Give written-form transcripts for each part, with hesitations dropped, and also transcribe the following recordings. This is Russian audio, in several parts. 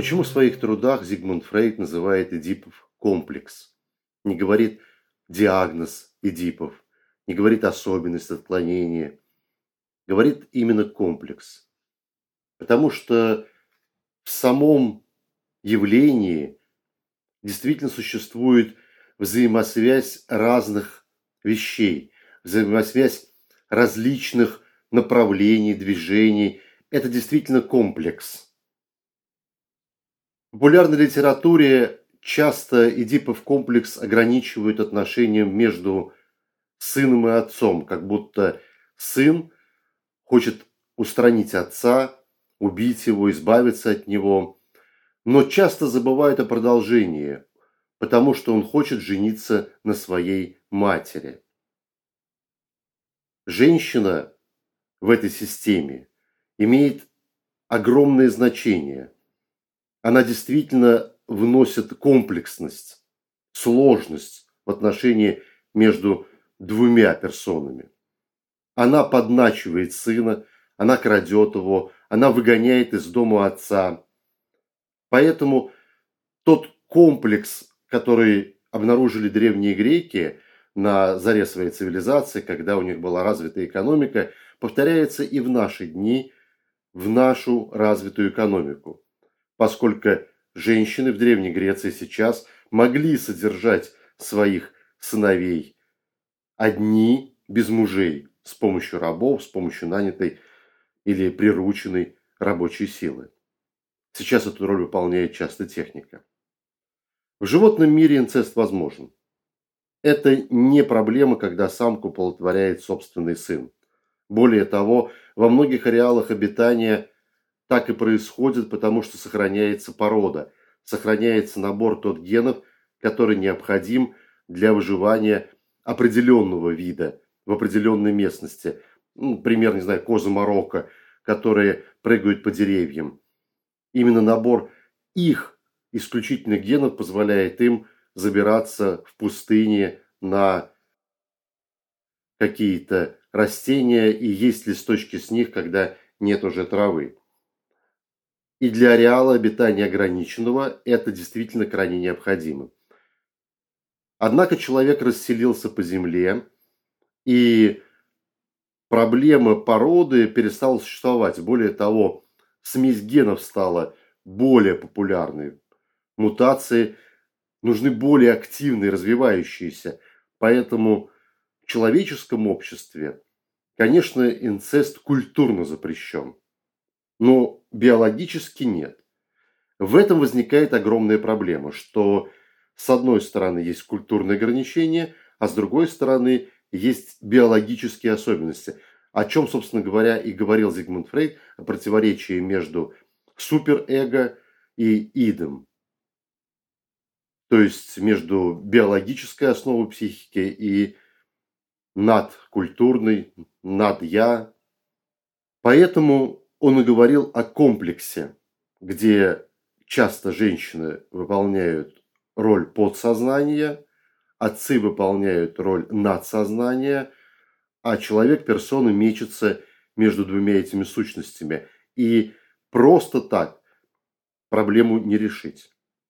Почему в своих трудах Зигмунд Фрейд называет Эдипов комплекс? Не говорит диагноз Эдипов, не говорит особенность отклонения, говорит именно комплекс. Потому что в самом явлении действительно существует взаимосвязь разных вещей, взаимосвязь различных направлений, движений. Это действительно комплекс. В популярной литературе часто Эдипов комплекс ограничивают отношением между сыном и отцом, как будто сын хочет устранить отца, убить его, избавиться от него, но часто забывает о продолжении, потому что он хочет жениться на своей матери. Женщина в этой системе имеет огромное значение. Она действительно вносит комплексность, сложность в отношении между двумя персонами. Она подначивает сына, она крадет его, она выгоняет из дома отца. Поэтому тот комплекс, который обнаружили древние греки на заре своей цивилизации, когда у них была развитая экономика, повторяется и в наши дни, в нашу развитую экономику. Поскольку женщины в Древней Греции сейчас могли содержать своих сыновей одни, без мужей, с помощью рабов, с помощью нанятой или прирученной рабочей силы. Сейчас эту роль выполняет часто техника. В животном мире инцест возможен. Это не проблема, когда самку оплодотворяет собственный сын. Более того, во многих ареалах обитания так и происходит, потому что сохраняется порода, сохраняется набор тот генов, который необходим для выживания определенного вида в определенной местности. Пример, не знаю, козы Марокко, которые прыгают по деревьям. Именно набор их исключительных генов позволяет им забираться в пустыне на какие-то растения и есть листочки с них, когда нет уже травы. И для ареала обитания ограниченного это действительно крайне необходимо. Однако человек расселился по земле, и проблема породы перестала существовать. Более того, смесь генов стала более популярной. Мутации нужны более активные, развивающиеся. Поэтому в человеческом обществе, конечно, инцест культурно запрещен, но биологически нет. В этом возникает огромная проблема, что с одной стороны есть культурные ограничения, а с другой стороны есть биологические особенности. О чем, собственно говоря, и говорил Зигмунд Фрейд, о противоречии между суперэго и идом. То есть между биологической основой психики и надкультурной, над-я. Поэтому он и говорил о комплексе, где часто женщины выполняют роль подсознания, отцы выполняют роль надсознания, а человек, персона, мечется между двумя этими сущностями. И просто так проблему не решить.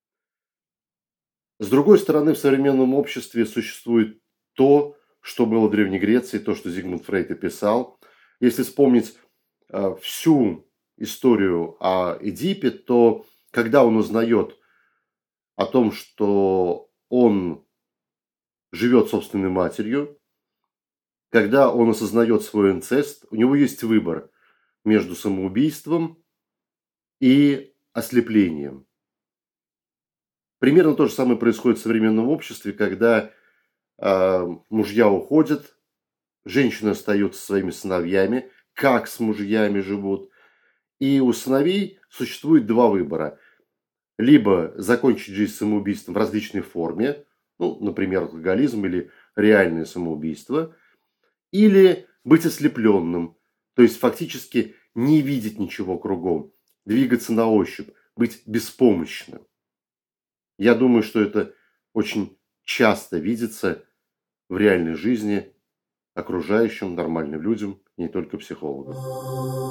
С другой стороны, в современном обществе существует то, что было в Древней Греции, то, что Зигмунд Фрейд описал. Если вспомнить всю историю о Эдипе, то когда он узнает о том, что он живет собственной матерью, когда он осознает свой инцест, у него есть выбор между самоубийством и ослеплением. Примерно то же самое происходит в современном обществе, когда мужья уходят, женщины остаются со своими сыновьями, как с мужьями живут. И у сыновей существует два выбора. Либо закончить жизнь самоубийством в различной форме, например, алкоголизм или реальное самоубийство, или быть ослепленным, то есть фактически не видеть ничего кругом, двигаться на ощупь, быть беспомощным. Я думаю, что это очень часто видится в реальной жизни окружающим нормальным людям, не только психологам.